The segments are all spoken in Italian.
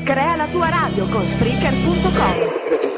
Crea la tua radio con Spreaker.com.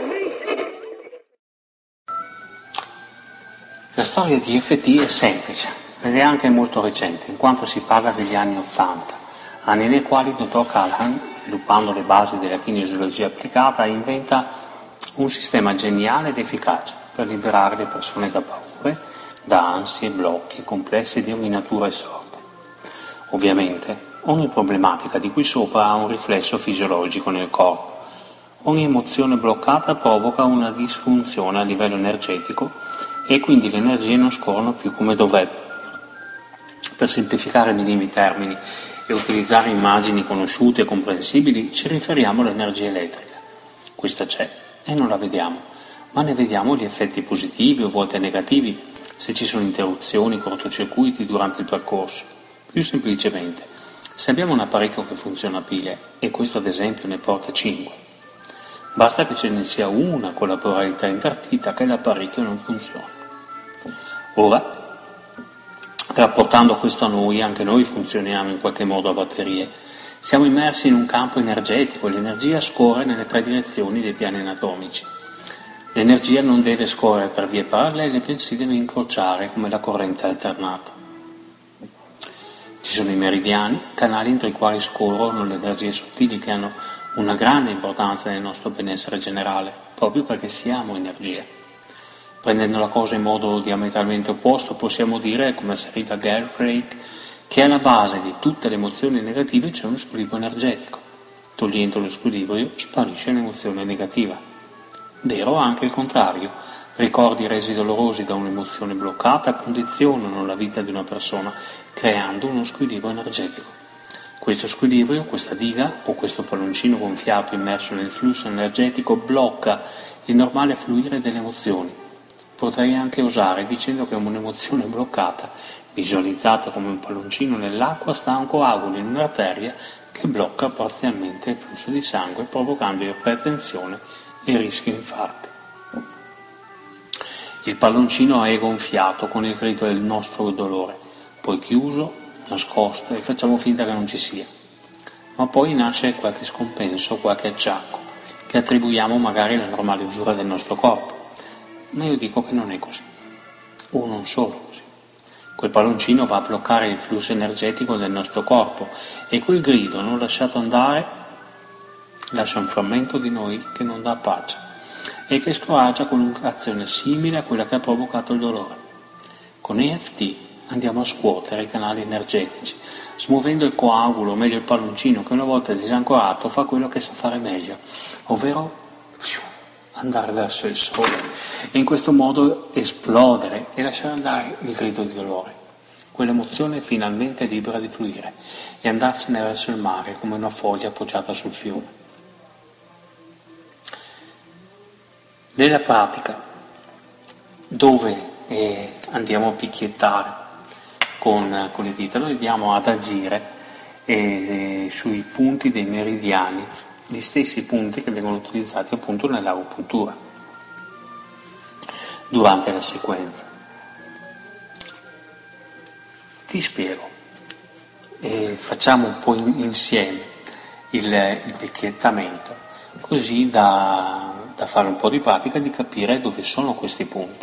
La storia di FT è semplice ed è anche molto recente, in quanto si parla degli anni '80, anni nei quali il dottor Callahan, sviluppando le basi della kinesiologia applicata, inventa un sistema geniale ed efficace per liberare le persone da paure, da ansie, blocchi, complessi di ogni natura e sorte. Ovviamente, ogni problematica di qui sopra ha un riflesso fisiologico nel corpo. Ogni emozione bloccata provoca una disfunzione a livello energetico e quindi le energie non scorrono più come dovrebbero. Per semplificare i minimi termini e utilizzare immagini conosciute e comprensibili, ci riferiamo all'energia elettrica. Questa c'è e non la vediamo, ma ne vediamo gli effetti positivi o volte negativi se ci sono interruzioni, cortocircuiti durante il percorso. Più semplicemente, se abbiamo un apparecchio che funziona a pile, e questo ad esempio ne porta 5, basta che ce ne sia una con la polarità invertita che l'apparecchio non funziona. Ora, rapportando questo a noi, anche noi funzioniamo in qualche modo a batterie. Siamo immersi in un campo energetico e l'energia scorre nelle 3 direzioni dei piani anatomici. L'energia non deve scorrere per vie parallele, bensì deve incrociare come la corrente alternata. Ci sono i meridiani, canali entro i quali scorrono le energie sottili che hanno una grande importanza nel nostro benessere generale, proprio perché siamo energia. Prendendo la cosa in modo diametralmente opposto, possiamo dire, come asseriva Gary Craig, che alla base di tutte le emozioni negative c'è uno squilibrio energetico. Togliendo lo squilibrio sparisce l'emozione negativa. Vero anche il contrario. Ricordi resi dolorosi da un'emozione bloccata condizionano la vita di una persona, creando uno squilibrio energetico. Questo squilibrio, questa diga o questo palloncino gonfiato immerso nel flusso energetico blocca il normale fluire delle emozioni. Potrei anche osare dicendo che un'emozione bloccata, visualizzata come un palloncino nell'acqua, sta un coagulo in un'arteria che blocca parzialmente il flusso di sangue, provocando ipertensione e rischio infarti. Il palloncino è gonfiato con il grido del nostro dolore, poi chiuso, nascosto e facciamo finta che non ci sia. Ma poi nasce qualche scompenso, qualche acciacco, che attribuiamo magari alla normale usura del nostro corpo. Ma io dico che non è così, o non solo così. Quel palloncino va a bloccare il flusso energetico del nostro corpo e quel grido non lasciato andare lascia un frammento di noi che non dà pace e che scoraggia con un'azione simile a quella che ha provocato il dolore. Con EFT andiamo a scuotere i canali energetici, smuovendo il coagulo, o meglio il palloncino, che una volta disancorato fa quello che sa fare meglio, ovvero andare verso il sole e in questo modo esplodere e lasciare andare il grido di dolore. Quell'emozione finalmente è libera di fluire e andarsene verso il mare come una foglia appoggiata sul fiume. Nella pratica, dove andiamo a picchiettare con le dita, noi andiamo ad agire sui punti dei meridiani, gli stessi punti che vengono utilizzati appunto nell'agopuntura durante la sequenza. Ti spiego, facciamo un po' insieme il picchiettamento, così da fare un po' di pratica e di capire dove sono questi punti.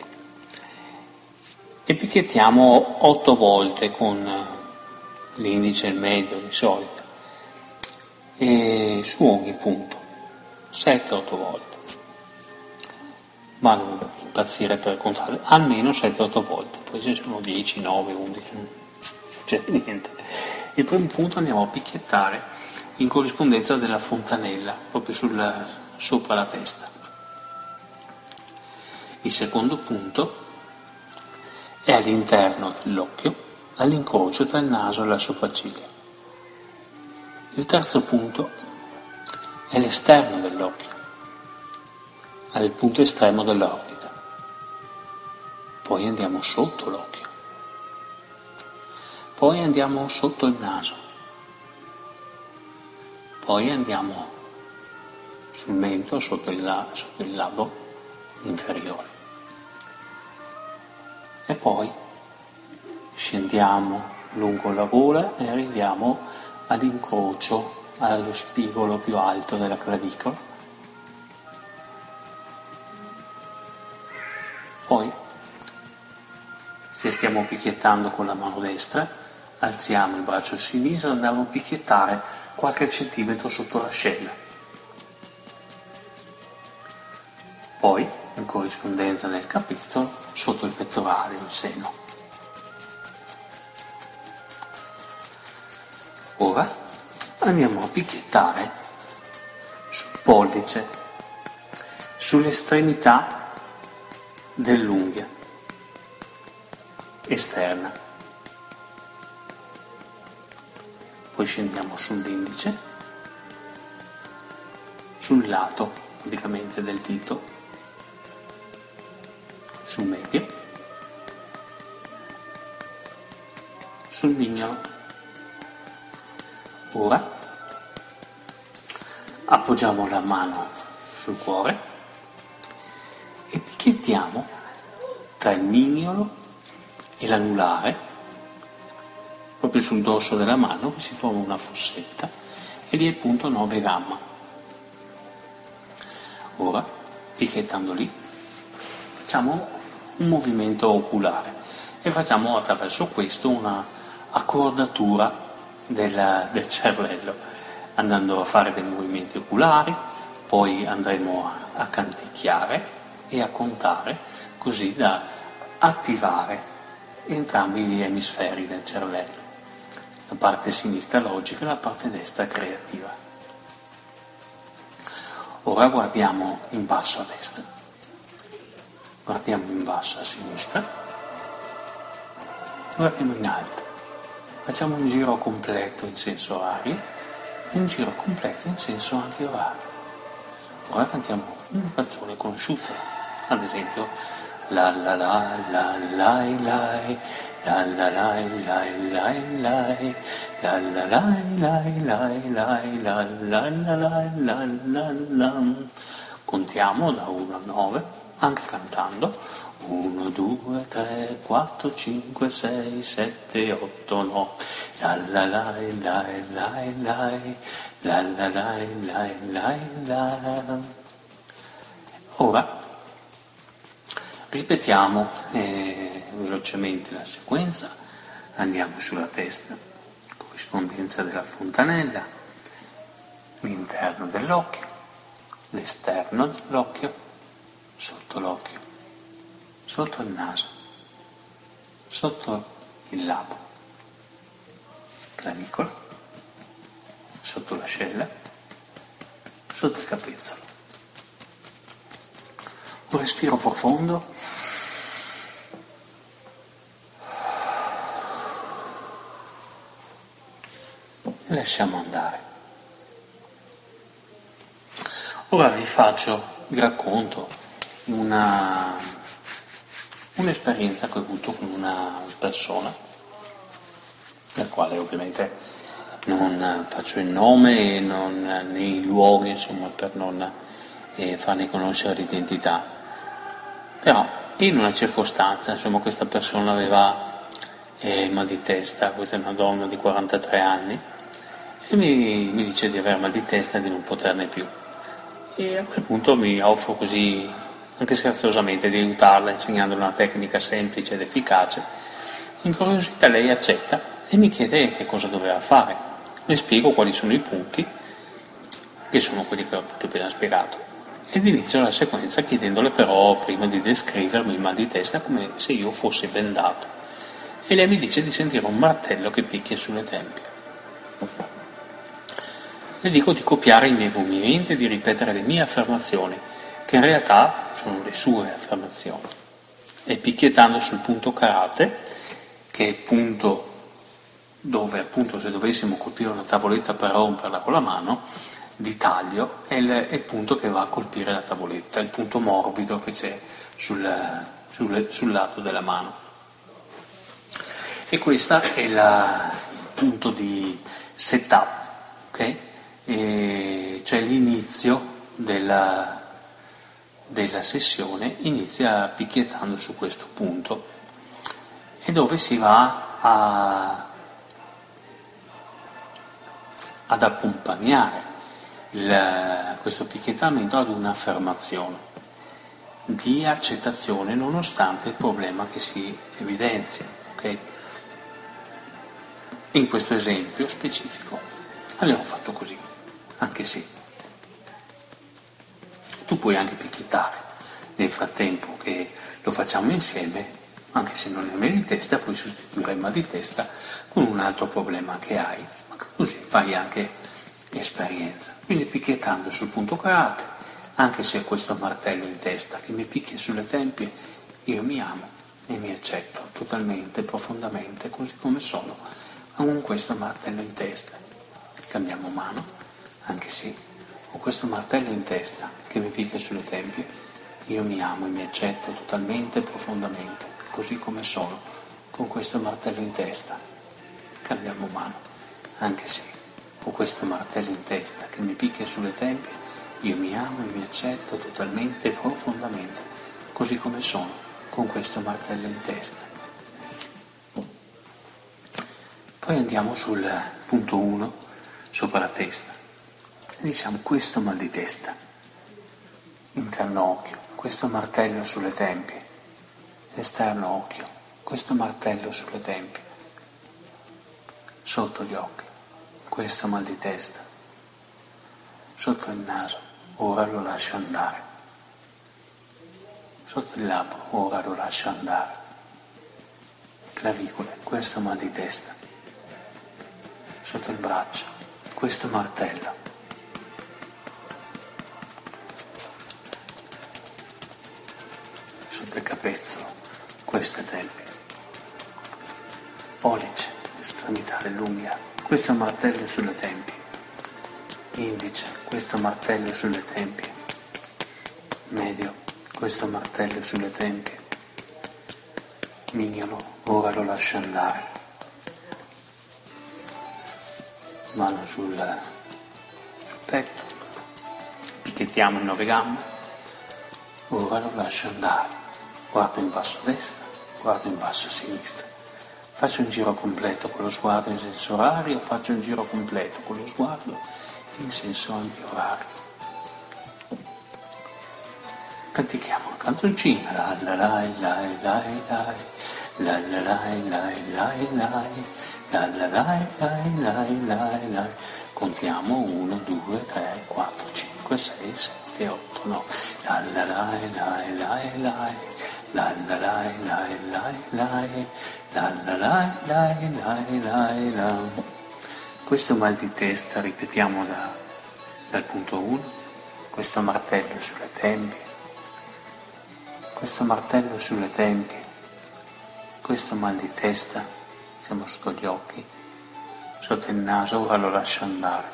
E picchiettiamo 8 volte con l'indice e il medio di solito. E su ogni punto 7-8 volte, ma non impazzire per contarle, almeno 7-8 volte, poi se sono 10, 9, 11 non succede niente. Il primo punto andiamo a picchiettare in corrispondenza della fontanella, proprio sopra la testa. Il secondo punto è all'interno dell'occhio, all'incrocio tra il naso e la sopracciglia. Il terzo punto è l'esterno dell'occhio, al punto estremo dell'orbita. Poi andiamo sotto l'occhio. Poi andiamo sotto il naso. Poi andiamo sul mento, sotto il labbro inferiore. E poi scendiamo lungo la gola e arriviamo all'incrocio allo spigolo più alto della clavicola. Poi, se stiamo picchiettando con la mano destra, alziamo il braccio sinistro e andiamo a picchiettare qualche centimetro sotto l'ascella. Poi, in corrispondenza del capezzolo, sotto il pettorale, il seno. Ora andiamo a picchiettare sul pollice, sull'estremità dell'unghia esterna. Poi scendiamo sull'indice, sul lato praticamente del dito, sul medio, sul mignolo. Ora appoggiamo la mano sul cuore e picchiettiamo tra il mignolo e l'anulare, proprio sul dorso della mano, che si forma una fossetta, e lì è il punto 9 gamma. Ora, picchiettando lì, facciamo un movimento oculare e facciamo attraverso questo una accordatura del cervello, andando a fare dei movimenti oculari, poi andremo a canticchiare e a contare, così da attivare entrambi gli emisferi del cervello, la parte sinistra logica e la parte destra creativa. Ora guardiamo in basso a destra, guardiamo in basso a sinistra, guardiamo in alto, facciamo un giro completo in senso orario e un giro completo in senso antiorario. Ora cantiamo una canzone conosciuta, ad esempio la la la la la la la la la la la la la la la la. Contiamo da 1 a 9, anche cantando. 1, 2, 3, 4, 5, 6, 7, 8, 9. La la la la la la la la la la. Ora ripetiamo velocemente la sequenza, andiamo sulla testa, corrispondenza della fontanella, l'interno dell'occhio, l'esterno dell'occhio, sotto l'occhio, sotto il naso, sotto il labbro, clavicola, sotto l'ascella, sotto il capezzolo. Un respiro profondo. E lasciamo andare. Ora vi racconto un'esperienza che ho avuto con una persona, la quale ovviamente non faccio il nome e né i luoghi, insomma, per non farne conoscere l'identità. Però in una circostanza, insomma, questa persona aveva mal di testa, questa è una donna di 43 anni, e mi dice di avere mal di testa e di non poterne più. E a quel punto mi offro così, anche scherzosamente, di aiutarla insegnandole una tecnica semplice ed efficace. Incuriosita lei accetta e mi chiede che cosa doveva fare. Le spiego quali sono i punti, che sono quelli che ho appena spiegato. Ed inizio la sequenza chiedendole però prima di descrivermi il mal di testa come se io fossi bendato. E lei mi dice di sentire un martello che picchia sulle tempie. Le dico di copiare i miei movimenti e di ripetere le mie affermazioni, che in realtà sono le sue affermazioni. E picchiettando sul punto karate, che è il punto dove appunto se dovessimo colpire una tavoletta per romperla con la mano, di taglio è il punto che va a colpire la tavoletta, il punto morbido che c'è sul lato della mano. E questo è il punto di setup, ok? Cioè l'inizio della sessione inizia picchiettando su questo punto, e dove si va ad accompagnare questo picchettamento ad un'affermazione di accettazione nonostante il problema che si evidenzia, ok? In questo esempio specifico abbiamo fatto così, anche se tu puoi anche picchettare nel frattempo che lo facciamo insieme, anche se non è mal di testa, puoi sostituire il mal di testa con un altro problema che hai, ma così fai anche esperienza. Quindi picchiettando sul punto carattere, anche se ho questo martello in testa che mi picchia sulle tempie, io mi amo e mi accetto totalmente, profondamente, così come sono, con questo martello in testa. Cambiamo mano, anche se ho questo martello in testa che mi picchia sulle tempie, io mi amo e mi accetto totalmente, profondamente, così come sono, con questo martello in testa. Cambiamo mano, anche se ho questo martello in testa che mi picchia sulle tempie, io mi amo e mi accetto totalmente, profondamente, così come sono, con questo martello in testa. Poi andiamo sul punto 1, sopra la testa, e diciamo questo mal di testa, interno occhio, questo martello sulle tempie, esterno occhio, questo martello sulle tempie, sotto gli occhi, questo mal di testa, sotto il naso, ora lo lascio andare, sotto il labbro, ora lo lascio andare, clavicole, questo mal di testa, sotto il braccio, questo martello, sotto il capezzolo, queste tempie, pollice, estremità dell'unghia, questo martello sulle tempie, indice, questo martello sulle tempie, medio, questo martello sulle tempie, mignolo, ora lo lascio andare, mano sul petto, picchettiamo le 9 gambe, ora lo lascio andare, guardo in basso a destra, guardo in basso a sinistra, faccio un giro completo con lo sguardo in senso orario, faccio un giro completo con lo sguardo in senso antiorario. Cantichiamo una canzoncina, la la la la la la la la la la la la la la. Contiamo 1, 2, 3, 4, 5, 6, 7, 8, 9. La la la la la la la la la la la la. Questo mal di testa, ripetiamo dal punto 1, questo martello sulle tempie, questo martello sulle tempie, questo mal di testa, siamo sotto gli occhi, sotto il naso, ora lo lascio andare,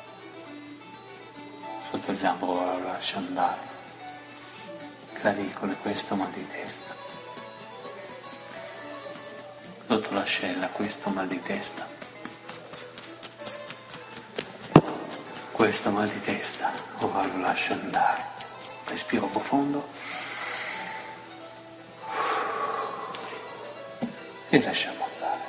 sotto il labbro, ora lo lascio andare, clavicole, questo mal di testa, sotto l'ascella, questo mal di testa, questo mal di testa, ora lo lascio andare, respiro profondo e lasciamo andare.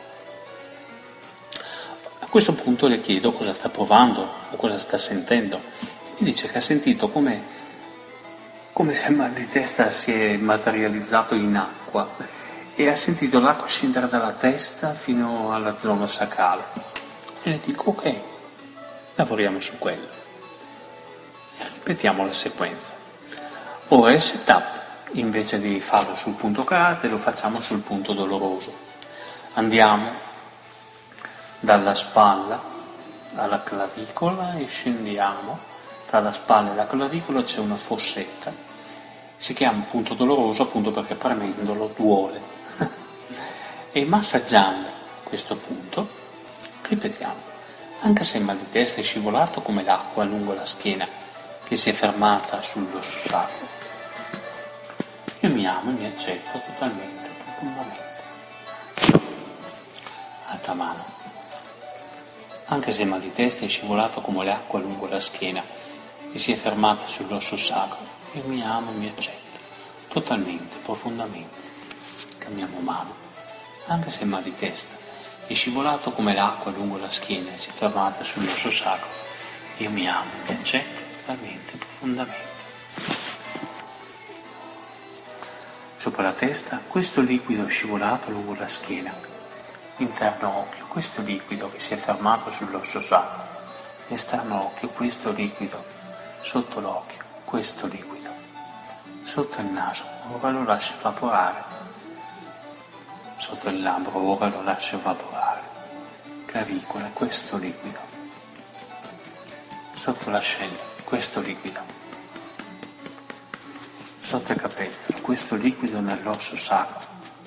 A questo punto le chiedo cosa sta provando o cosa sta sentendo. Mi dice che ha sentito come se il mal di testa si è materializzato in acqua e ha sentito l'acqua scendere dalla testa fino alla zona sacrale. E le dico ok, lavoriamo su quello. E ripetiamo la sequenza. Ora il setup, invece di farlo sul punto carattere, lo facciamo sul punto doloroso. Andiamo dalla spalla alla clavicola e scendiamo. Tra la spalla e la clavicola c'è una fossetta. Si chiama punto doloroso appunto perché premendolo duole. E massaggiando questo punto, ripetiamo. Anche se il mal di testa è scivolato come l'acqua lungo la schiena che si è fermata sull'osso sacro, io mi amo e mi accetto totalmente, profondamente. Altra mano. Anche se il mal di testa è scivolato come l'acqua lungo la schiena e si è fermata sull'osso sacro, io mi amo e mi accetto totalmente, profondamente. Cambiamo mano. Anche se il mal di testa è scivolato come l'acqua lungo la schiena e si è fermato sull'osso sacro. Io mi amo, mi accetto totalmente, profondamente. Sopra la testa, questo liquido scivolato lungo la schiena. Interno occhio, questo liquido che si è fermato sull'osso sacro. Esterno occhio, questo liquido. Sotto l'occhio, questo liquido. Sotto il naso, ora lo lascio evaporare. Sotto il labbro, ora lo lascio evaporare. Clavicola, questo liquido. Sotto l'ascella, questo liquido. Sotto il capezzolo, questo liquido nell'osso sacro.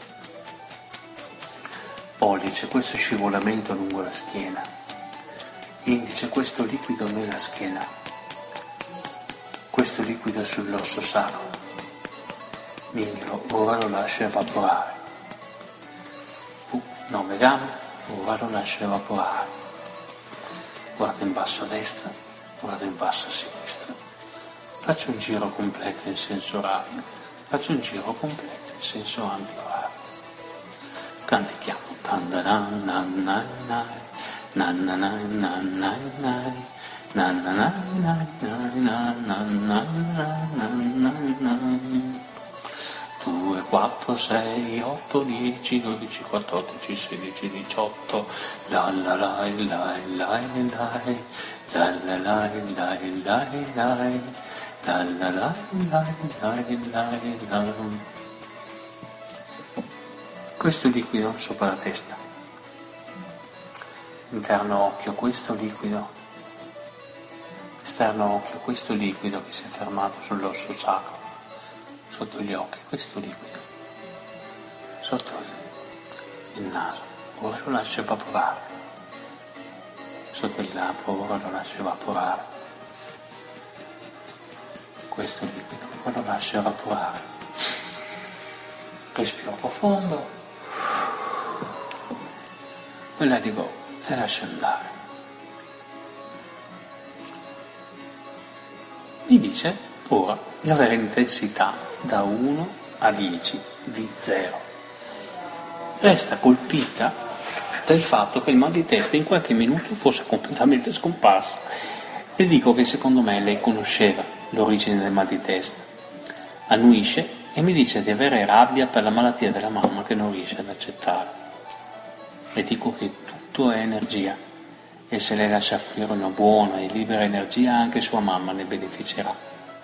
Pollice, questo scivolamento lungo la schiena. Indice, questo liquido nella schiena. Questo liquido sull'osso sacro. Mignolo, ora lo lascio evaporare. 9 gambe, ora lo lascio evaporare. Guarda in basso a destra, guarda in basso a sinistra. Faccio un giro completo in senso orario, faccio un giro completo in senso antiorario. Cantichiamo. Due, 4, 6, 8, 10, 12, 14, 16, 18. La la la la la la la la la la la. La la la la la la la. Questo liquido sopra la testa. Interno occhio, questo liquido. Esterno occhio, questo liquido che si è fermato sull'osso sacro. Sotto gli occhi, questo liquido. Sotto il naso, ora lo lascio evaporare. Sotto il labbro, ora lo lascio evaporare. Questo liquido, ora lo lascio evaporare. Respiro profondo e let it go e lascio andare. Mi dice ora di avere intensità da 1 a 10 di 0. Resta colpita del fatto che il mal di testa in qualche minuto fosse completamente scomparso e dico che secondo me lei conosceva l'origine del mal di testa. Annuisce e mi dice di avere rabbia per la malattia della mamma che non riesce ad accettare. Le dico che tutto è energia e se lei lascia fluire una buona e libera energia anche sua mamma ne beneficerà.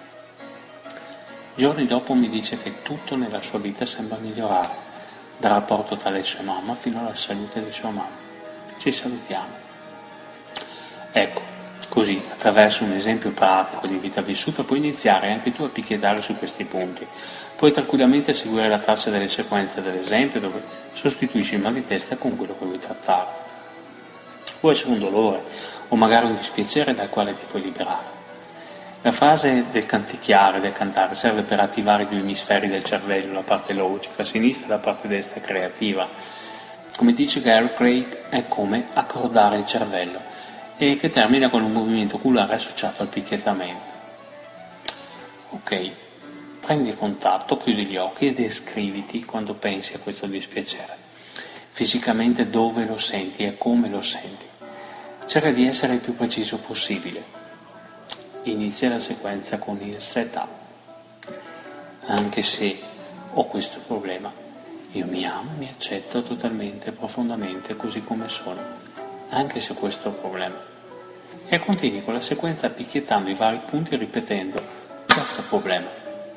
Giorni dopo mi dice che tutto nella sua vita sembra migliorare, dal rapporto tra lei e sua mamma fino alla salute di sua mamma. Ci salutiamo. Ecco, così, attraverso un esempio pratico di vita vissuta, puoi iniziare anche tu a picchiettare su questi punti. Puoi tranquillamente seguire la traccia delle sequenze dell'esempio dove sostituisci il mal di testa con quello che vuoi trattare. Può essere un dolore o magari un dispiacere dal quale ti puoi liberare. La fase del canticchiare, del cantare, serve per attivare i 2 emisferi del cervello, la parte logica, a sinistra e la parte destra creativa. Come dice Gary Craig, è come accordare il cervello e che termina con un movimento oculare associato al picchiettamento. Ok, prendi contatto, chiudi gli occhi e descriviti quando pensi a questo dispiacere. Fisicamente dove lo senti e come lo senti. Cerca di essere il più preciso possibile. Inizia la sequenza con il setup. Anche se ho questo problema, io mi amo, mi accetto totalmente, profondamente, così come sono, anche se questo è il problema. E continui con la sequenza picchiettando i vari punti e ripetendo questo problema,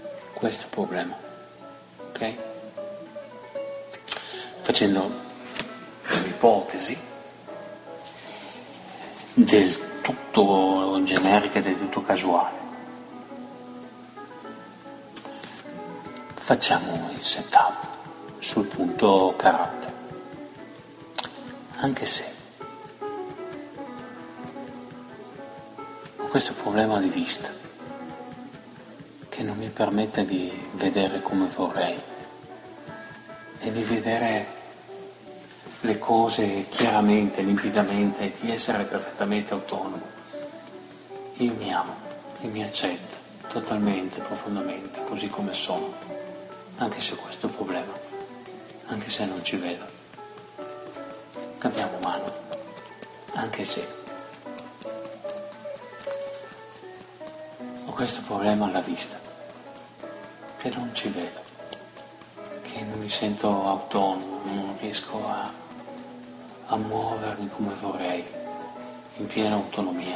ok? Facendo un'ipotesi del tutto generica e del tutto casuale. Facciamo il setup sul punto carattere. Anche se ho questo problema di vista che non mi permette di vedere come vorrei e di vedere le cose chiaramente, limpidamente, e di essere perfettamente autonomo. Io mi amo e mi accetto totalmente, profondamente, così come sono, anche se ho questo problema, anche se non ci vedo. cambiamo mano, anche se ho questo problema alla vista, che non ci vedo, che non mi sento autonomo, non riesco a muovermi come vorrei, in piena autonomia,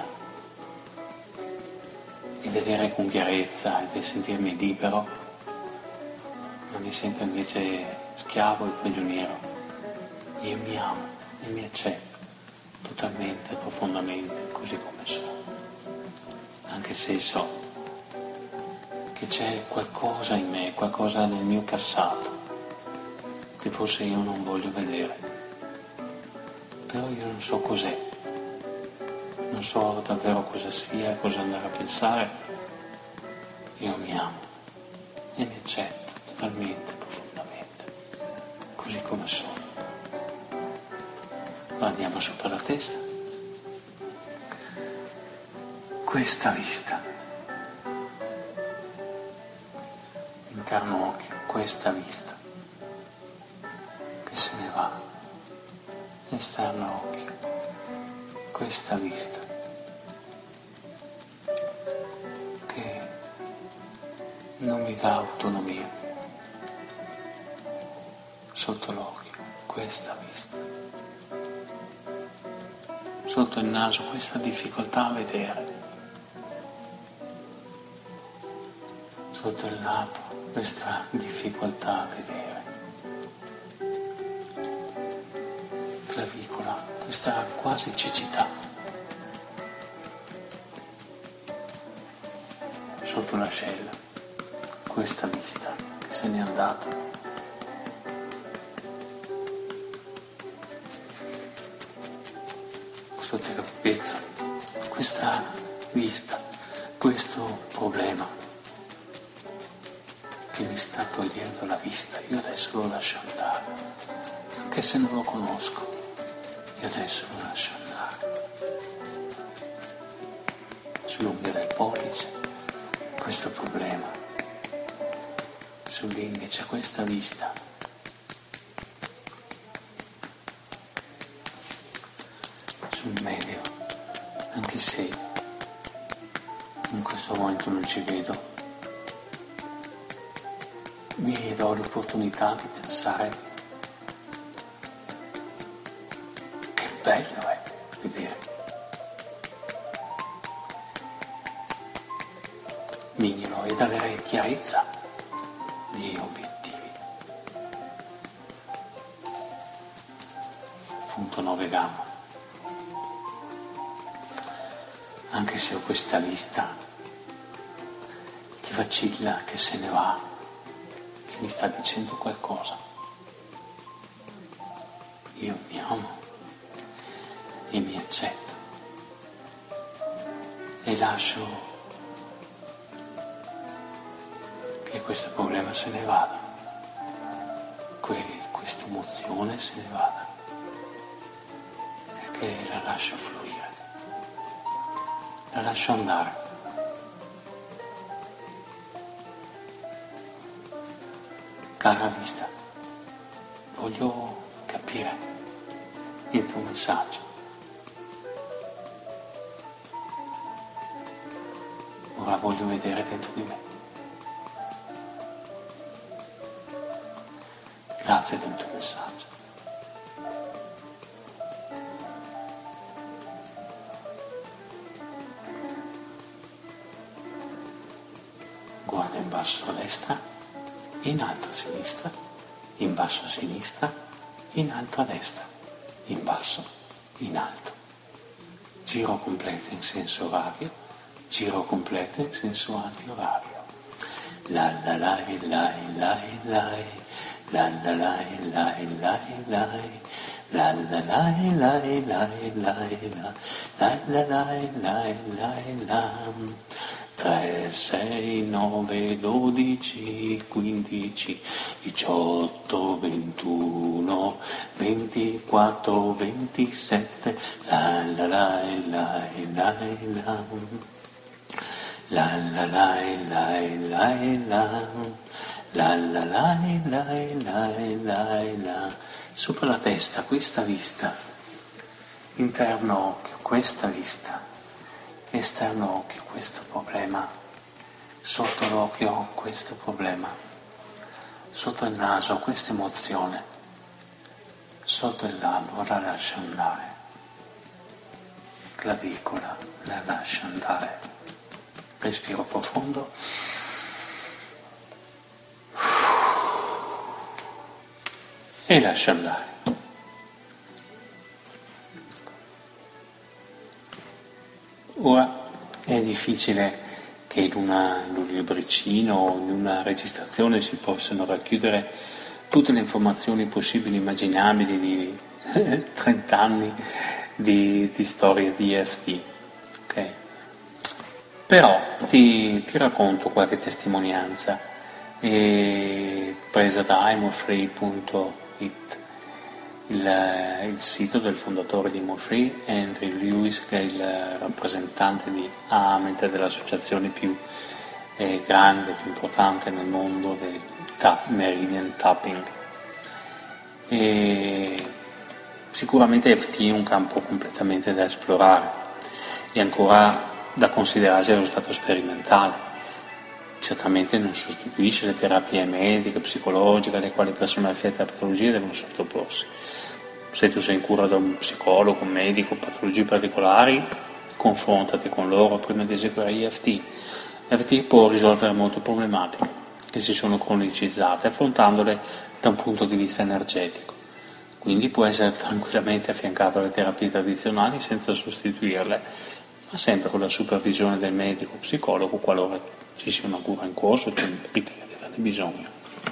e vedere con chiarezza e sentirmi libero, ma mi sento invece schiavo e prigioniero. Io mi amo e mi accetto totalmente, profondamente, così come sono, anche se so che c'è qualcosa in me, qualcosa nel mio passato che forse io non voglio vedere, però io non so cos'è, non so davvero cosa sia, cosa andare a pensare. Io mi amo e mi accetto totalmente, profondamente, così come sono. Andiamo su per la testa, questa vista, interno occhio, questa vista che se ne va, esterno occhio, questa vista che non mi dà autonomia, sotto l'occhio, questa vista, sotto il naso, questa difficoltà a vedere, sotto il lato, questa difficoltà a vedere, clavicola, questa quasi cecità, sotto l'ascella, questa vista che se n'è andata, sotto il capopezzo, questa vista, questo problema che mi sta togliendo la vista, io adesso lo lascio andare, anche se non lo conosco, io adesso lo lascio andare. Sull'unghia del pollice, questo problema, sull'indice, questa vista, sul medio, anche se in questo momento non ci vedo, mi do l'opportunità di pensare che bello è vedere. Mignolo ed avere chiarezza di obiettivi. Punto 9 gamma. Anche se ho questa vista che vacilla, che se ne va, che mi sta dicendo qualcosa, io mi amo e mi accetto e lascio che questo problema se ne vada, questa emozione se ne vada, perché la lascio fluire, la lascio andare. Cara vista, voglio capire il tuo messaggio. Ora voglio vedere dentro di me. Grazie del tuo messaggio. Guarda in basso a destra, in alto a sinistra, in basso a sinistra, in alto a destra, in basso, in alto. Giro completo in senso orario, giro completo in senso antiorario. La la la la la la la la la la la la la la la la la 3, 6, 9, 12, 15, 18, 21, 24, 27, la la la la la la la la la la la la la la la la. Sopra la testa, questa vista interno occhio questa vista, esterno occhio questo problema, sotto l'occhio questo problema, sotto il naso questa emozione, sotto il labbro la lascia andare, clavicola la lascia andare, respiro profondo e lascia andare. Ora è difficile che in un libricino o in una registrazione si possano racchiudere tutte le informazioni possibili e immaginabili di 30 anni di storia di EFT, ok? Però ti racconto qualche testimonianza presa da imorfree.it, il sito del fondatore di Imorfree, Andrew Lewis, che è il rappresentante di AMET, dell'associazione più grande, più importante nel mondo del Meridian Tapping. E sicuramente EFT è un campo completamente da esplorare e ancora da considerarsi allo stato sperimentale. Certamente non sostituisce le terapie mediche, psicologiche alle quali persone affette da patologie devono sottoporsi. Se tu sei in cura da un psicologo, un medico, patologie particolari, confrontati con loro prima di eseguire EFT. EFT può risolvere molte problematiche che si sono cronicizzate, affrontandole da un punto di vista energetico. Quindi può essere tranquillamente affiancato alle terapie tradizionali senza sostituirle, ma sempre con la supervisione del medico o psicologo qualora ci sia una cura in corso e tu ritieni di averne bisogno.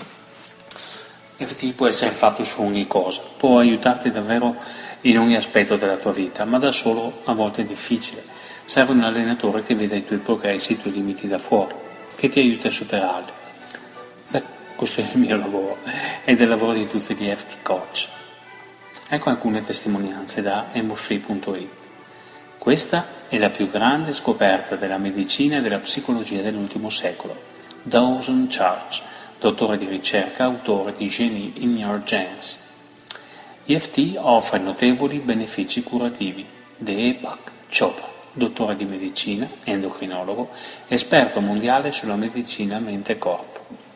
EFT può essere fatto su ogni cosa, può aiutarti davvero in ogni aspetto della tua vita, ma da solo a volte è difficile. Serve un allenatore che veda i tuoi progressi, i tuoi limiti da fuori, che ti aiuti a superarli. Questo è il mio lavoro ed è il lavoro di tutti gli EFT coach. Ecco alcune testimonianze da emofree.it. Questa è la più grande scoperta della medicina e della psicologia dell'ultimo secolo. Dawson Church, dottore di ricerca, autore di Genie in Your Genes. EFT offre notevoli benefici curativi. Deepak Chopra, dottore di medicina, endocrinologo, esperto mondiale sulla medicina mente-corpo.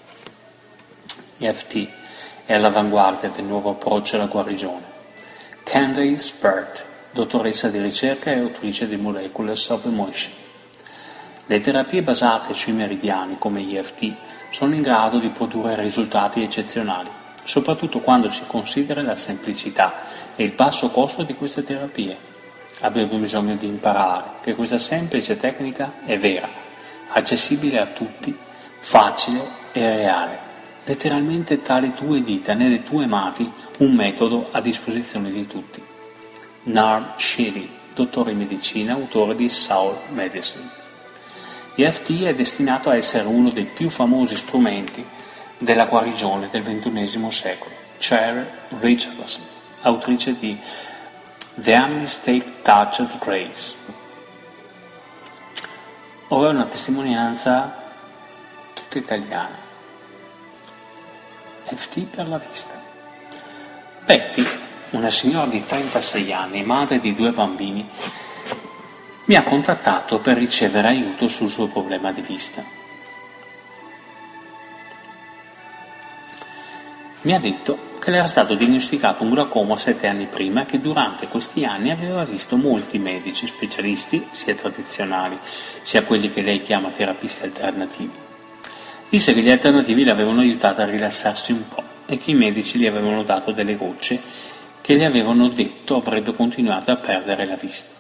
EFT è all'avanguardia del nuovo approccio alla guarigione. Candace Pert, dottoressa di ricerca e autrice di Molecules of Emotion. Le terapie basate sui meridiani come EFT sono in grado di produrre risultati eccezionali, soprattutto quando si considera la semplicità e il basso costo di queste terapie. Abbiamo bisogno di imparare che questa semplice tecnica è vera, accessibile a tutti, facile e reale. Letteralmente tra le tue dita, nelle tue mani, un metodo a disposizione di tutti. Narm Shiri, dottore in medicina, autore di Soul Medicine. EFT è destinato a essere uno dei più famosi strumenti della guarigione del XXI secolo. Cheryl Richardson, autrice di The Amnestic Touch of Grace. Ora una testimonianza tutta italiana. EFT per la vista. Betty, una signora di 36 anni, madre di 2 bambini, mi ha contattato per ricevere aiuto sul suo problema di vista. Mi ha detto che le era stato diagnosticato un glaucoma 7 anni prima e che durante questi anni aveva visto molti medici specialisti, sia tradizionali sia quelli che lei chiama terapisti alternativi. Disse che gli alternativi l'avevano aiutata a rilassarsi un po' e che i medici gli avevano dato delle gocce che gli avevano detto avrebbe continuato a perdere la vista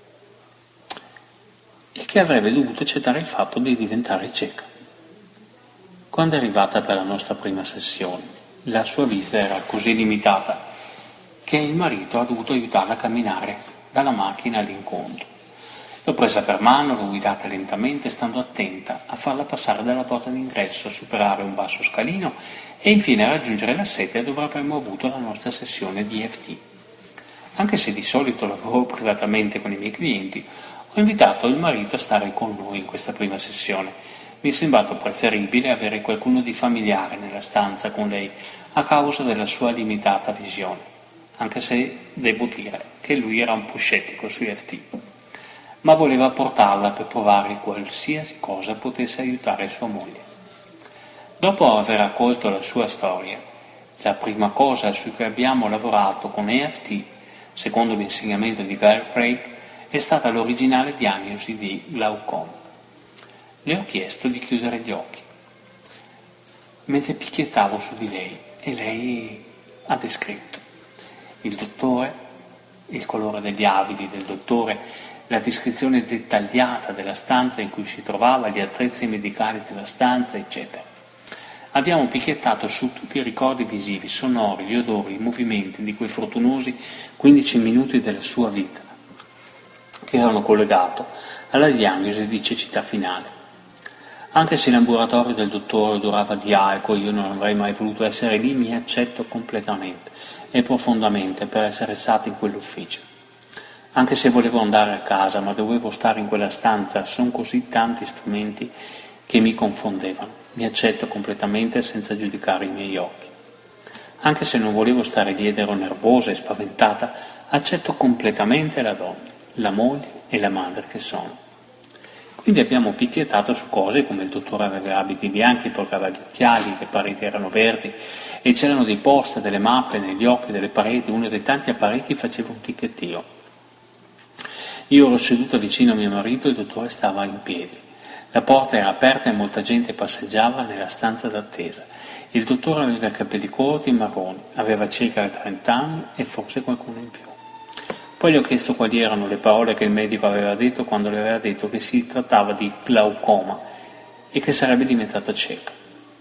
e che avrebbe dovuto accettare il fatto di diventare cieca. Quando è arrivata per la nostra prima sessione, la sua vista era così limitata che il marito ha dovuto aiutarla a camminare dalla macchina all'incontro. L'ho presa per mano, l'ho guidata lentamente, stando attenta a farla passare dalla porta d'ingresso, superare un basso scalino e infine raggiungere la sede dove avremmo avuto la nostra sessione di EFT. Anche se di solito lavoro privatamente con i miei clienti, ho invitato il marito a stare con noi in questa prima sessione. Mi è sembrato preferibile avere qualcuno di familiare nella stanza con lei a causa della sua limitata visione. anche se devo dire che lui era un po' scettico sui FT, ma voleva portarla per provare qualsiasi cosa potesse aiutare sua moglie. Dopo aver raccolto la sua storia, la prima cosa su cui abbiamo lavorato con EFT, secondo l'insegnamento di Gary Craig, è stata l'originale diagnosi di glaucoma. Le ho chiesto di chiudere gli occhi, mentre picchiettavo su di lei, e lei ha descritto il dottore, il colore degli abiti del dottore, la descrizione dettagliata della stanza in cui si trovava, gli attrezzi medicali della stanza, eccetera. Abbiamo picchiettato su tutti i ricordi visivi, sonori, gli odori, i movimenti di quei fortunosi 15 minuti della sua vita, che erano collegati alla diagnosi di cecità finale. Anche se l'ambulatorio del dottore odorava di alcol, io non avrei mai voluto essere lì, mi accetto completamente e profondamente per essere stato in quell'ufficio. Anche se volevo andare a casa, ma dovevo stare in quella stanza, sono così tanti strumenti che mi confondevano. Mi accetto completamente senza giudicare i miei occhi. Anche se non volevo stare lì ed ero nervosa e spaventata, accetto completamente la donna, la moglie e la madre che sono. Quindi abbiamo picchiettato su cose come il dottore aveva abiti bianchi, portava gli occhiali, le pareti erano verdi e c'erano dei post, delle mappe negli occhi delle pareti, uno dei tanti apparecchi faceva un ticchettio. Io ero seduta vicino a mio marito e il dottore stava in piedi. La porta era aperta e molta gente passeggiava nella stanza d'attesa. Il dottore aveva i capelli corti e marroni, aveva circa 30 anni e forse qualcuno in più. Poi gli ho chiesto quali erano le parole che il medico aveva detto quando le aveva detto che si trattava di glaucoma e che sarebbe diventata cieca.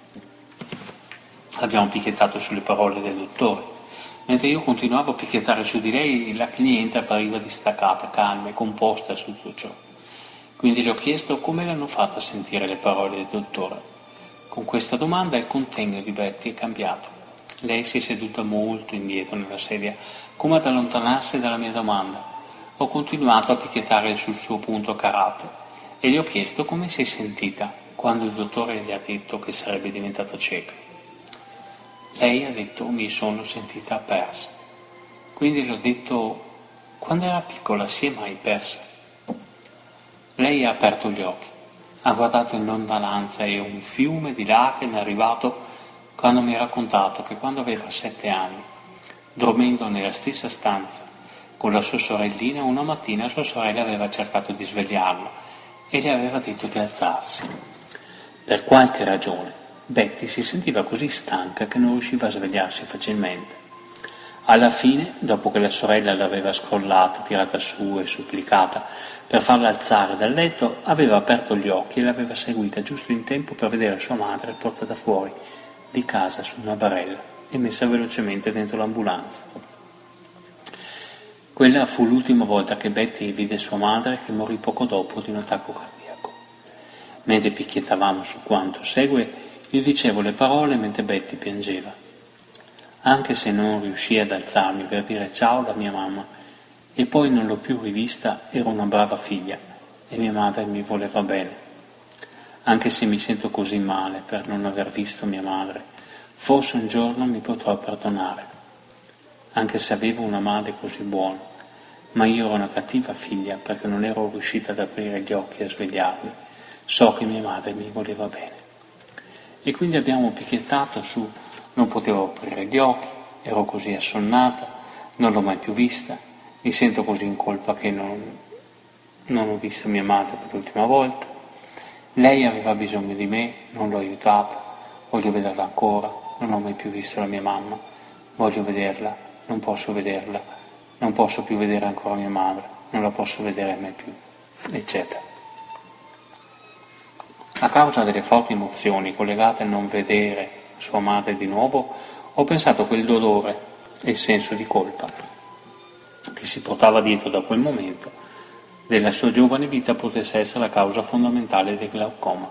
Abbiamo picchiettato sulle parole del dottore. Mentre io continuavo a picchiettare su di lei, la cliente appariva distaccata, calma e composta su tutto ciò. Quindi le ho chiesto come l'hanno fatta sentire le parole del dottore. Con questa domanda il contegno di Betty è cambiato. Lei si è seduta molto indietro nella sedia, come ad allontanarsi dalla mia domanda. Ho continuato a picchiettare sul suo punto carattere e gli ho chiesto come si è sentita quando il dottore gli ha detto che sarebbe diventata cieca. Lei ha detto: mi sono sentita persa. Quindi le ho detto: quando era piccola si è mai persa? Lei ha aperto gli occhi, ha guardato in lontananza e un fiume di lacrime è arrivato quando mi ha raccontato che quando aveva 7 anni, dormendo nella stessa stanza con la sua sorellina, una mattina sua sorella aveva cercato di svegliarla e gli aveva detto di alzarsi. Per qualche ragione Betty si sentiva così stanca che non riusciva a svegliarsi facilmente. Alla fine, dopo che la sorella l'aveva scrollata, tirata su e supplicata per farla alzare dal letto, aveva aperto gli occhi e l'aveva seguita giusto in tempo per vedere sua madre portata fuori di casa su una barella e messa velocemente dentro l'ambulanza. Quella fu l'ultima volta che Betty vide sua madre, che morì poco dopo di un attacco cardiaco. Mentre picchiettavamo su quanto segue, io dicevo le parole mentre Betty piangeva. Anche se non riuscii ad alzarmi per dire ciao alla mia mamma, e poi non l'ho più rivista, ero una brava figlia e mia madre mi voleva bene. Anche se mi sento così male per non aver visto mia madre, forse un giorno mi potrò perdonare. Anche se avevo una madre così buona, ma io ero una cattiva figlia perché non ero riuscita ad aprire gli occhi e a svegliarmi. So che mia madre mi voleva bene. E quindi abbiamo picchiettato su: non potevo aprire gli occhi, ero così assonnata, non l'ho mai più vista, mi sento così in colpa che non ho visto mia madre per l'ultima volta, lei aveva bisogno di me, non l'ho aiutata, voglio vederla ancora, non ho mai più visto la mia mamma, voglio vederla, non posso più vedere ancora mia madre, non la posso vedere mai più, eccetera. A causa delle forti emozioni collegate al non vedere sua madre di nuovo, ho pensato che il dolore e il senso di colpa che si portava dietro da quel momento della sua giovane vita potesse essere la causa fondamentale del glaucoma.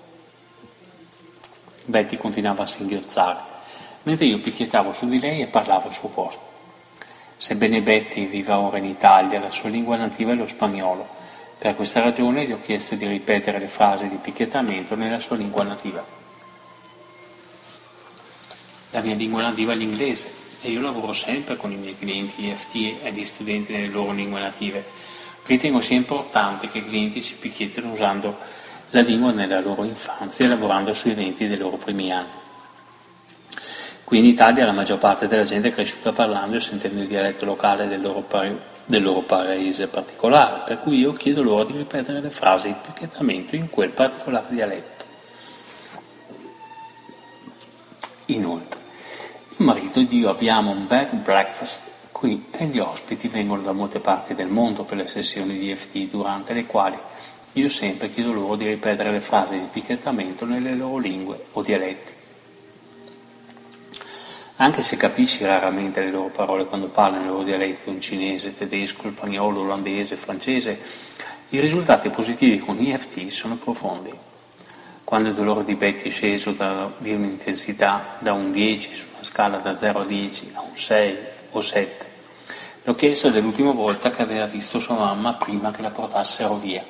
Betty continuava a singhiozzare, mentre io picchiettavo su di lei e parlavo al suo posto. Sebbene Betty viva ora in Italia, la sua lingua nativa è lo spagnolo. Per questa ragione gli ho chiesto di ripetere le frasi di picchiettamento nella sua lingua nativa. La mia lingua nativa è l'inglese, e io lavoro sempre con i miei clienti EFT e gli studenti nelle loro lingue native. Ritengo sia importante che i clienti si picchiettino usando la lingua nella loro infanzia e lavorando sui eventi dei loro primi anni. Qui in Italia la maggior parte della gente è cresciuta parlando e sentendo il dialetto locale del loro paese particolare, per cui io chiedo loro di ripetere le frasi di picchiettamento in quel particolare dialetto. Inoltre, mio marito ed io abbiamo un bed and breakfast qui e gli ospiti vengono da molte parti del mondo per le sessioni di EFT, durante le quali io sempre chiedo loro di ripetere le frasi di picchiettamento nelle loro lingue o dialetti. Anche se capisci raramente le loro parole quando parlano i loro dialetti, un cinese, tedesco, spagnolo, olandese, francese, i risultati positivi con EFT sono profondi. Quando il dolore di Betty è sceso di un'intensità da un 10 su una scala da 0 a 10 a un 6 o 7, le ho chiesto dell'ultima volta che aveva visto sua mamma prima che la portassero via.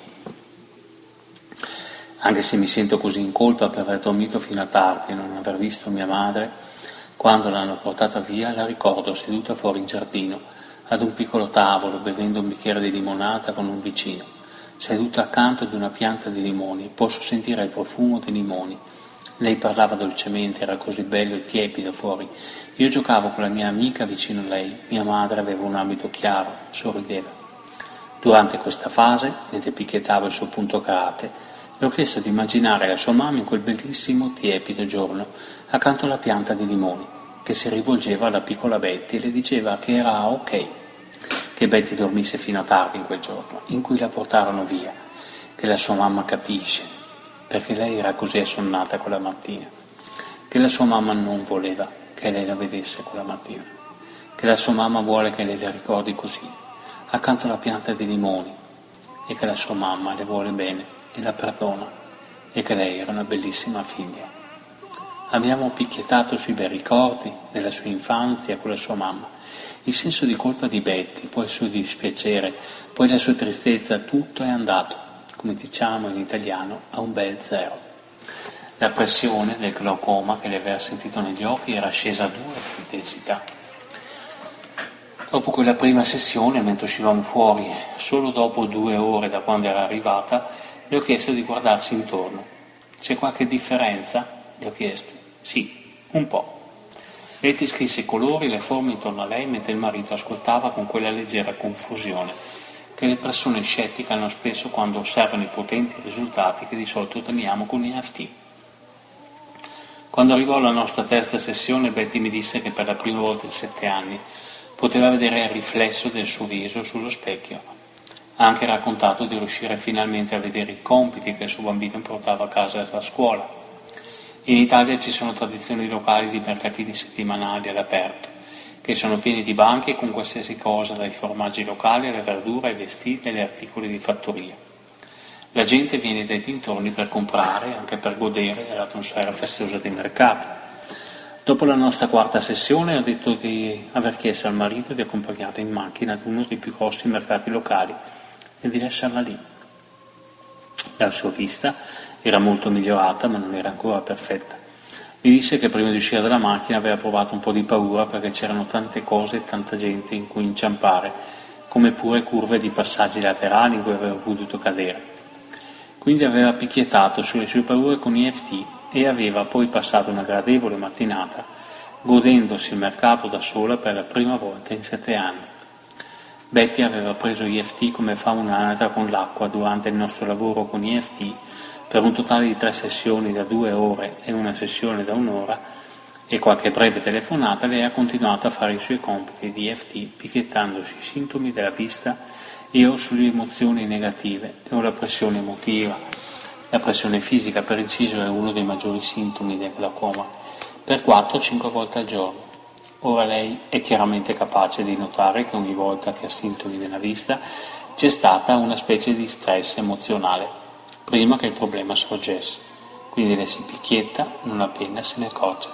Anche se mi sento così in colpa per aver dormito fino a tardi e non aver visto mia madre, quando l'hanno portata via la ricordo seduta fuori in giardino, ad un piccolo tavolo, bevendo un bicchiere di limonata con un vicino, seduta accanto ad una pianta di limoni. Posso sentire il profumo dei limoni. Lei parlava dolcemente, era così bello e tiepido fuori. Io giocavo con la mia amica vicino a lei, mia madre aveva un abito chiaro, sorrideva. Durante questa fase, mentre picchiettavo il suo punto karate, le ho chiesto di immaginare la sua mamma in quel bellissimo tiepido giorno, accanto alla pianta di limoni, che si rivolgeva alla piccola Betty e le diceva che era ok che Betty dormisse fino a tardi in quel giorno, in cui la portarono via, che la sua mamma capisce, perché lei era così assonnata quella mattina, che la sua mamma non voleva che lei la vedesse quella mattina, che la sua mamma vuole che lei le ricordi così, accanto alla pianta di limoni, e che la sua mamma le vuole bene e la perdona, e che lei era una bellissima figlia. Abbiamo picchiettato sui bei ricordi della sua infanzia con la sua mamma, il senso di colpa di Betty, poi il suo dispiacere, poi la sua tristezza, tutto è andato, come diciamo in italiano, a un bel 0. La pressione del glaucoma che le aveva sentito negli occhi era scesa a 2 per intensità. Dopo quella prima sessione, mentre uscivamo fuori, solo dopo 2 ore da quando era arrivata, le ho chiesto di guardarsi intorno. C'è qualche differenza? Le ho chiesto. Sì, un po'. Betty scrisse i colori e le forme intorno a lei mentre il marito ascoltava con quella leggera confusione che le persone scettiche hanno spesso quando osservano i potenti risultati che di solito otteniamo con EFT. Quando arrivò la nostra terza sessione, Betty mi disse che per la prima volta in 7 anni poteva vedere il riflesso del suo viso sullo specchio. Ha anche raccontato di riuscire finalmente a vedere i compiti che il suo bambino portava a casa da scuola. In Italia ci sono tradizioni locali di mercatini settimanali all'aperto, che sono pieni di banchi con qualsiasi cosa, dai formaggi locali alle verdure, ai vestiti e agli articoli di fattoria. La gente viene dai dintorni per comprare e anche per godere dell'atmosfera festosa dei mercati. Dopo la nostra quarta sessione ho detto di aver chiesto al marito di accompagnarla in macchina ad uno dei più grossi mercati locali e di lasciarla lì. La sua vista era molto migliorata, ma non era ancora perfetta. Mi disse che prima di uscire dalla macchina aveva provato un po' di paura perché c'erano tante cose e tanta gente in cui inciampare, come pure curve di passaggi laterali in cui aveva potuto cadere. Quindi aveva picchiettato sulle sue paure con EFT e aveva poi passato una gradevole mattinata godendosi il mercato da sola per la prima volta in 7 anni. Betty aveva preso EFT come fa un'anatra con l'acqua durante il nostro lavoro con EFT per un totale di 3 sessioni da 2 ore e una sessione da 1 ora e qualche breve telefonata. Lei ha continuato a fare i suoi compiti di EFT picchiettandosi i sintomi della vista e o sulle emozioni negative e o la pressione emotiva. La pressione fisica, per inciso, è uno dei maggiori sintomi del glaucoma, per 4-5 volte al giorno. Ora lei è chiaramente capace di notare che ogni volta che ha sintomi della vista c'è stata una specie di stress emozionale prima che il problema sorgesse, quindi lei si picchietta non appena se ne accorge.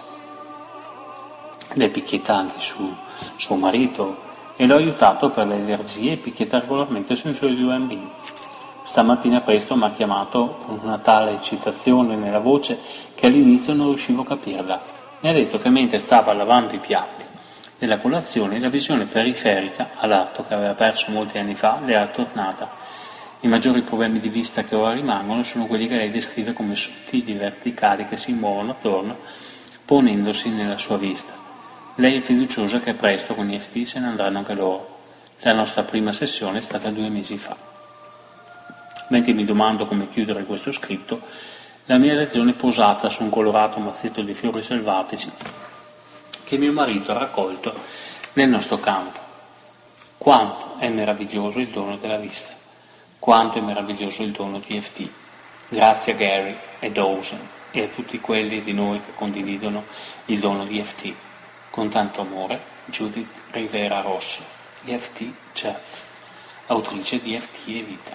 Lei picchietta anche su suo marito e l'ho aiutato per le allergie e picchietta regolarmente sui suoi 2 bambini. Stamattina presto mi ha chiamato con una tale eccitazione nella voce che all'inizio non riuscivo a capirla. Mi ha detto che mentre stava lavando i piatti della colazione, la visione periferica all'atto che aveva perso molti anni fa le era tornata. I maggiori problemi di vista che ora rimangono sono quelli che lei descrive come sottili verticali che si muovono attorno, ponendosi nella sua vista. Lei è fiduciosa che presto con gli EFT se ne andranno anche loro. La nostra prima sessione è stata 2 mesi fa. Mentre mi domando come chiudere questo scritto, la mia lezione è posata su un colorato mazzetto di fiori selvatici che mio marito ha raccolto nel nostro campo. Quanto è meraviglioso il dono della vista, quanto è meraviglioso il dono di EFT. Grazie a Gary e Dawson e a tutti quelli di noi che condividono il dono di EFT. Con tanto amore, Judith Rivera Rosso, EFT Chat, autrice di EFT e Vita.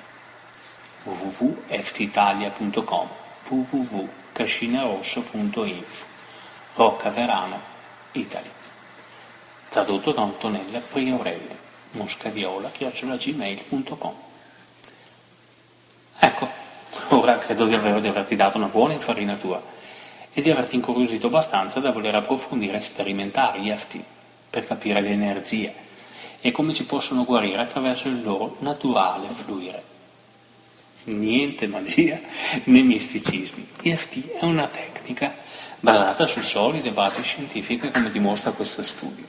www.eftitalia.com, www.cascinarosso.info, Rocca Verano, Italy. Tradotto da Antonella Priorelli, moscadiola@gmail.com. Ecco, ora credo di averti dato una buona infarinatura e di averti incuriosito abbastanza da voler approfondire e sperimentare gli EFT per capire le energie e come ci possono guarire attraverso il loro naturale fluire. Niente magia né misticismi. EFT è una tecnica basata su solide basi scientifiche, come dimostra questo studio.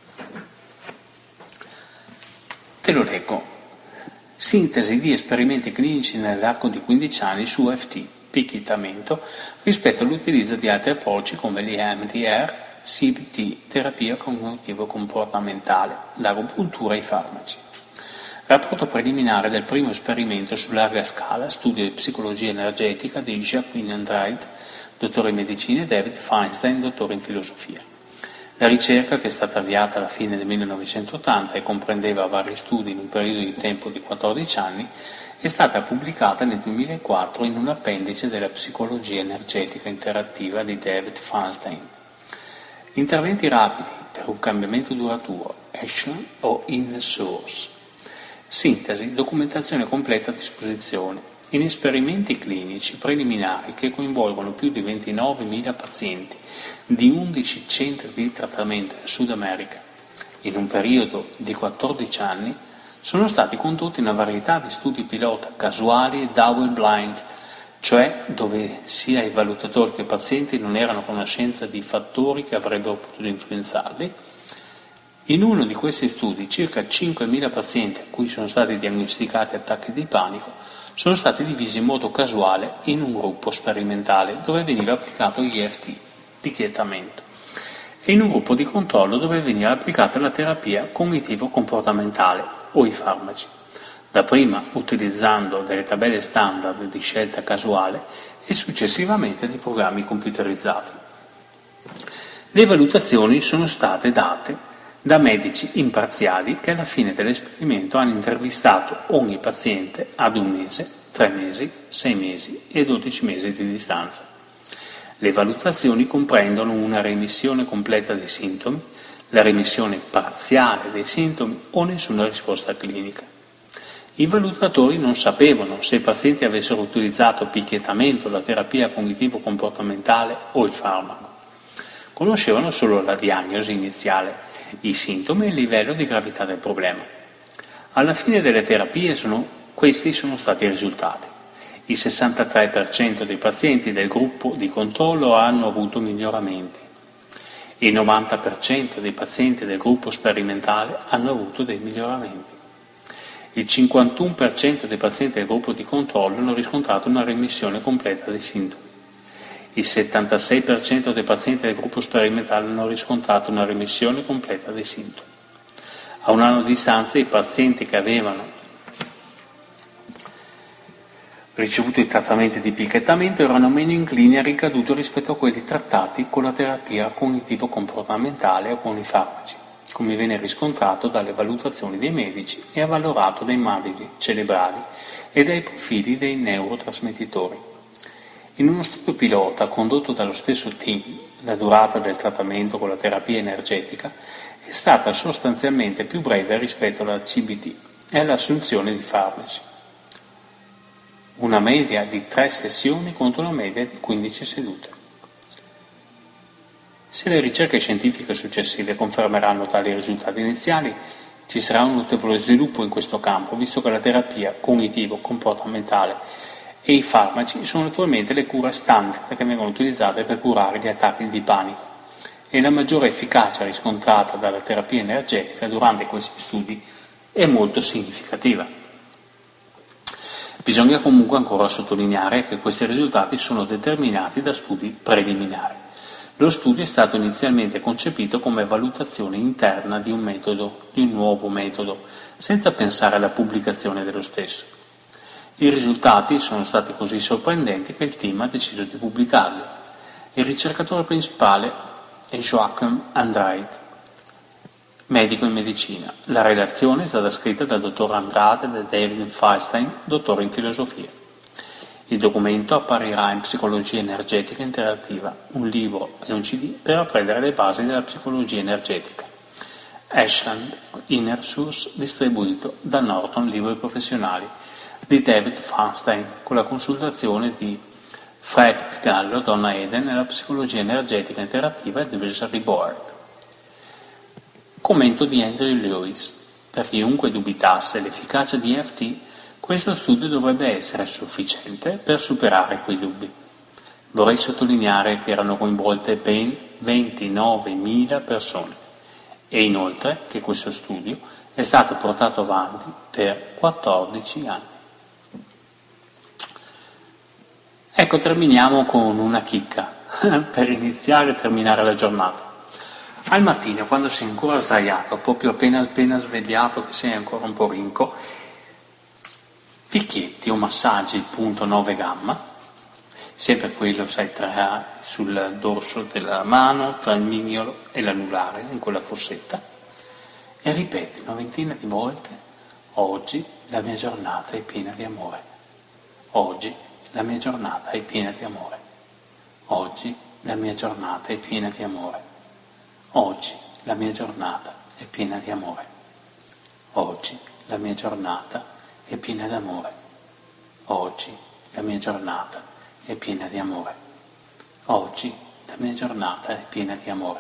Te lo leggo. Sintesi di esperimenti clinici nell'arco di 15 anni su EFT, picchietamento, rispetto all'utilizzo di altri approcci come l'EMDR, CBT, terapia cognitivo-comportamentale, l'agopuntura e i farmaci. Rapporto preliminare del primo esperimento su larga scala, studio di psicologia energetica di Jacqueline Andrade, dottore in medicina, e David Feinstein, dottore in filosofia. La ricerca, che è stata avviata alla fine del 1980 e comprendeva vari studi in un periodo di tempo di 14 anni, è stata pubblicata nel 2004 in un appendice della psicologia energetica interattiva di David Feinstein. Interventi rapidi per un cambiamento duraturo, action o in source. Sintesi, documentazione completa a disposizione. In esperimenti clinici preliminari che coinvolgono più di 29.000 pazienti di 11 centri di trattamento in Sud America, in un periodo di 14 anni, sono stati condotti una varietà di studi pilota casuali e double blind, cioè dove sia i valutatori che i pazienti non erano a conoscenza di fattori che avrebbero potuto influenzarli. In uno di questi studi, circa 5.000 pazienti a cui sono stati diagnosticati attacchi di panico sono stati divisi in modo casuale in un gruppo sperimentale dove veniva applicato l'EFT, picchiettamento, e in un gruppo di controllo dove veniva applicata la terapia cognitivo-comportamentale o i farmaci, dapprima utilizzando delle tabelle standard di scelta casuale e successivamente dei programmi computerizzati. Le valutazioni sono state date da medici imparziali che alla fine dell'esperimento hanno intervistato ogni paziente ad 1 mese, 3 mesi, 6 mesi e 12 mesi di distanza. Le valutazioni comprendono una remissione completa dei sintomi, la remissione parziale dei sintomi o nessuna risposta clinica. I valutatori non sapevano se i pazienti avessero utilizzato picchiettamento, la terapia cognitivo-comportamentale o il farmaco. Conoscevano solo la diagnosi iniziale, i sintomi e il livello di gravità del problema. Alla fine delle terapie questi sono stati i risultati. Il 63% dei pazienti del gruppo di controllo hanno avuto miglioramenti. Il 90% dei pazienti del gruppo sperimentale hanno avuto dei miglioramenti. Il 51% dei pazienti del gruppo di controllo hanno riscontrato una remissione completa dei sintomi. Il 76% dei pazienti del gruppo sperimentale hanno riscontrato una remissione completa dei sintomi. A 1 anno di distanza, i pazienti che avevano ricevuto i trattamenti di picchiettamento erano meno inclini a ricaduto rispetto a quelli trattati con la terapia cognitivo-comportamentale o con i farmaci, come viene riscontrato dalle valutazioni dei medici e avvalorato dai maladi cerebrali e dai profili dei neurotrasmettitori. In uno studio pilota condotto dallo stesso team, la durata del trattamento con la terapia energetica è stata sostanzialmente più breve rispetto alla CBT e all'assunzione di farmaci. Una media di 3 sessioni contro una media di 15 sedute. Se le ricerche scientifiche successive confermeranno tali risultati iniziali, ci sarà un notevole sviluppo in questo campo, visto che la terapia cognitivo-comportamentale e i farmaci sono attualmente le cure standard che vengono utilizzate per curare gli attacchi di panico, e la maggiore efficacia riscontrata dalla terapia energetica durante questi studi è molto significativa. Bisogna comunque ancora sottolineare che questi risultati sono determinati da studi preliminari. Lo studio è stato inizialmente concepito come valutazione interna di un nuovo metodo, senza pensare alla pubblicazione dello stesso. I risultati sono stati così sorprendenti che il team ha deciso di pubblicarli. Il ricercatore principale è Joachim Andrade, medico in medicina. La relazione è stata scritta dal dottor Andrade e da David Feinstein, dottore in filosofia. Il documento apparirà in Psicologia energetica interattiva, un libro e un CD per apprendere le basi della psicologia energetica. Ashland Inner Source, distribuito da Norton Libri Professionali, di David Feinstein, con la consultazione di Fred Pigallo, Donna Eden e la Psicologia energetica interattiva Advisory Board. Commento di Andrew Lewis. Per chiunque dubitasse l'efficacia di EFT, questo studio dovrebbe essere sufficiente per superare quei dubbi. Vorrei sottolineare che erano coinvolte ben 29.000 persone e inoltre che questo studio è stato portato avanti per 14 anni. Ecco, terminiamo con una chicca per iniziare e terminare la giornata. Al mattino, quando sei ancora sdraiato, proprio appena svegliato, che sei ancora un po' rinco, picchietti o massaggi il punto 9 gamma, sempre quello, sai, sul dorso della mano, tra il mignolo e l'anulare, in quella fossetta, e ripeti una ventina di volte: oggi la mia giornata è piena di amore. Oggi la mia giornata è piena di amore. Oggi la mia giornata è piena di amore. Oggi la mia giornata è piena di amore. Oggi la mia giornata è piena d'amore. Oggi la mia giornata è piena di amore. Oggi la mia giornata è piena di amore.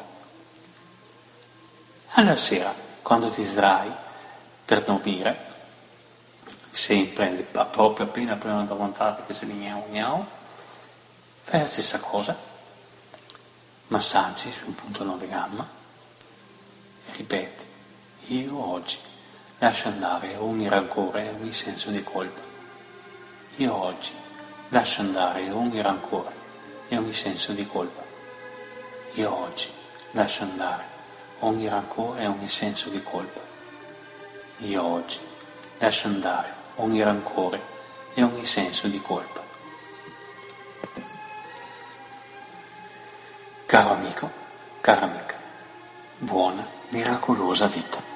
Alla sera, quando ti sdrai per dormire, sempre proprio appena prima di addormentarti, che sei gnau, fai la stessa cosa, massaggi sul punto 9 gamma e ripeti: io oggi lascio andare ogni rancore e ogni senso di colpa. Io oggi lascio andare ogni rancore e ogni senso di colpa. Io oggi lascio andare ogni rancore e ogni senso di colpa. Io oggi lascio andare ogni rancore e ogni senso di colpa. Caro amico, cara amica, buona, miracolosa vita.